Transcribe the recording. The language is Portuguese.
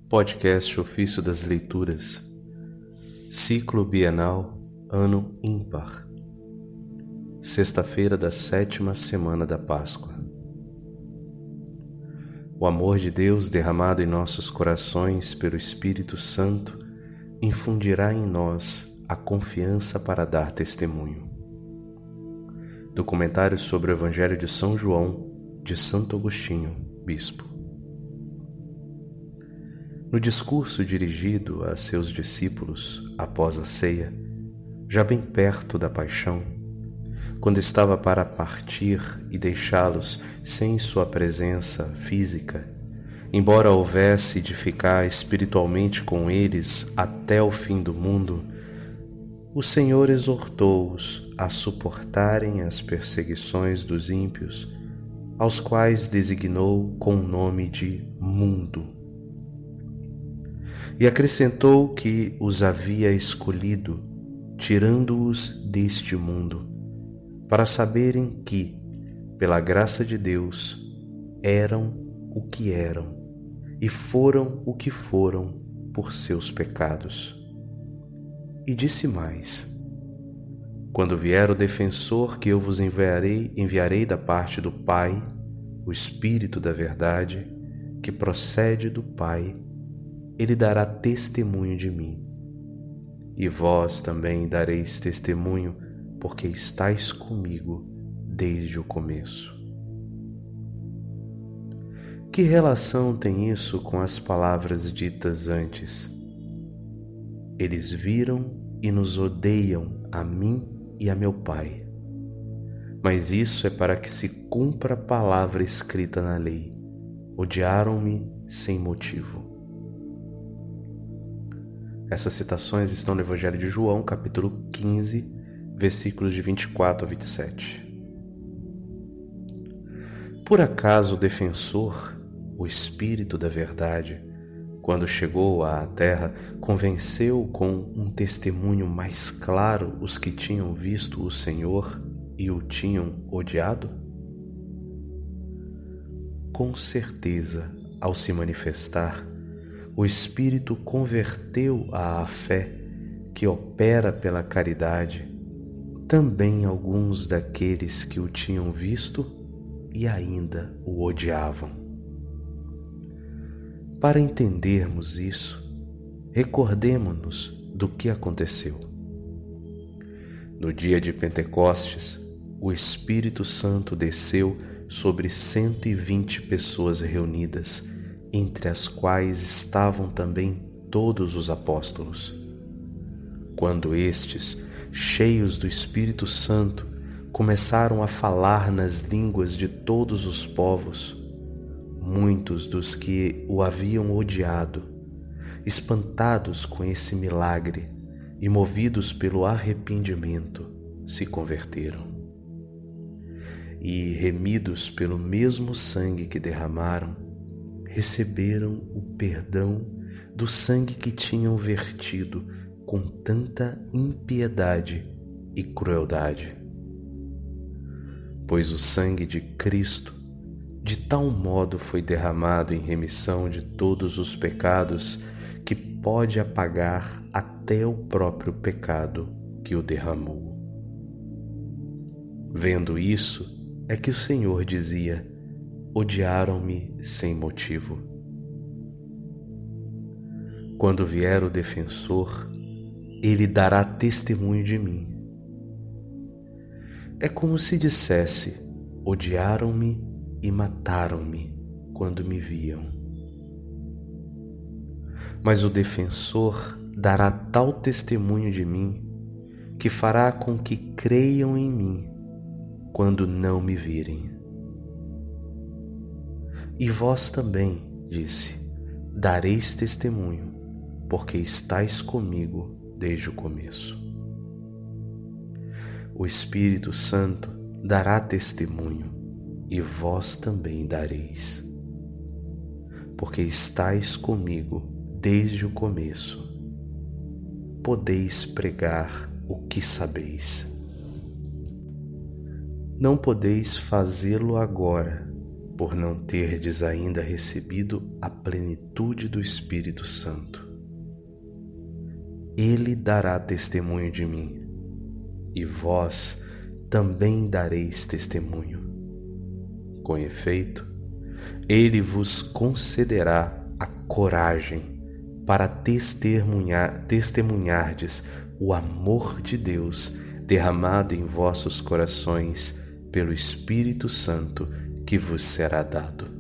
Podcast Ofício das Leituras, Ciclo Bienal, Ano Ímpar, sexta-feira da 7ª semana da Páscoa. O amor de Deus derramado em nossos corações pelo Espírito Santo infundirá em nós a confiança para dar testemunho. Documentário sobre o Evangelho de São João, de Santo Agostinho, Bispo. No discurso dirigido a seus discípulos após a ceia, já bem perto da paixão, quando estava para partir e deixá-los sem sua presença física, embora houvesse de ficar espiritualmente com eles até o fim do mundo, o Senhor exortou-os a suportarem as perseguições dos ímpios, aos quais designou com o nome de mundo. E acrescentou que os havia escolhido, tirando-os deste mundo, para saberem que, pela graça de Deus, eram o que eram e foram o que foram por seus pecados. E disse mais: quando vier o defensor que eu vos enviarei da parte do Pai, o Espírito da verdade, que procede do Pai, ele dará testemunho de mim. E vós também dareis testemunho, porque estáis comigo desde o começo. Que relação tem isso com as palavras ditas antes? Eles viram e nos odeiam a mim e a meu Pai. Mas isso é para que se cumpra a palavra escrita na lei: odiaram-me sem motivo. Essas citações estão no Evangelho de João, capítulo 15, versículos de 24 a 27. Por acaso o defensor, o Espírito da Verdade, quando chegou à terra, convenceu com um testemunho mais claro os que tinham visto o Senhor e o tinham odiado? Com certeza, ao se manifestar, o Espírito converteu à fé, que opera pela caridade, também alguns daqueles que o tinham visto e ainda o odiavam. Para entendermos isso, recordemo-nos do que aconteceu. No dia de Pentecostes, o Espírito Santo desceu sobre 120 pessoas reunidas, entre as quais estavam também todos os apóstolos. Quando estes, cheios do Espírito Santo, começaram a falar nas línguas de todos os povos, muitos dos que o haviam odiado, espantados com esse milagre e movidos pelo arrependimento, se converteram. E, remidos pelo mesmo sangue que derramaram, receberam o perdão do sangue que tinham vertido com tanta impiedade e crueldade. Pois o sangue de Cristo de tal modo foi derramado em remissão de todos os pecados que pode apagar até o próprio pecado que o derramou. Vendo isso, é que o Senhor dizia: odiaram-me sem motivo. Quando vier o defensor, ele dará testemunho de mim. É como se dissesse: odiaram-me e mataram-me quando me viam. Mas o defensor dará tal testemunho de mim que fará com que creiam em mim quando não me virem. E vós também, disse, dareis testemunho, porque estáis comigo desde o começo. O Espírito Santo dará testemunho, e vós também dareis, porque estáis comigo desde o começo. Podeis pregar o que sabeis. Não podeis fazê-lo agora, por não terdes ainda recebido a plenitude do Espírito Santo. Ele dará testemunho de mim, e vós também dareis testemunho. Com efeito, ele vos concederá a coragem para testemunhardes o amor de Deus derramado em vossos corações pelo Espírito Santo que vos será dado.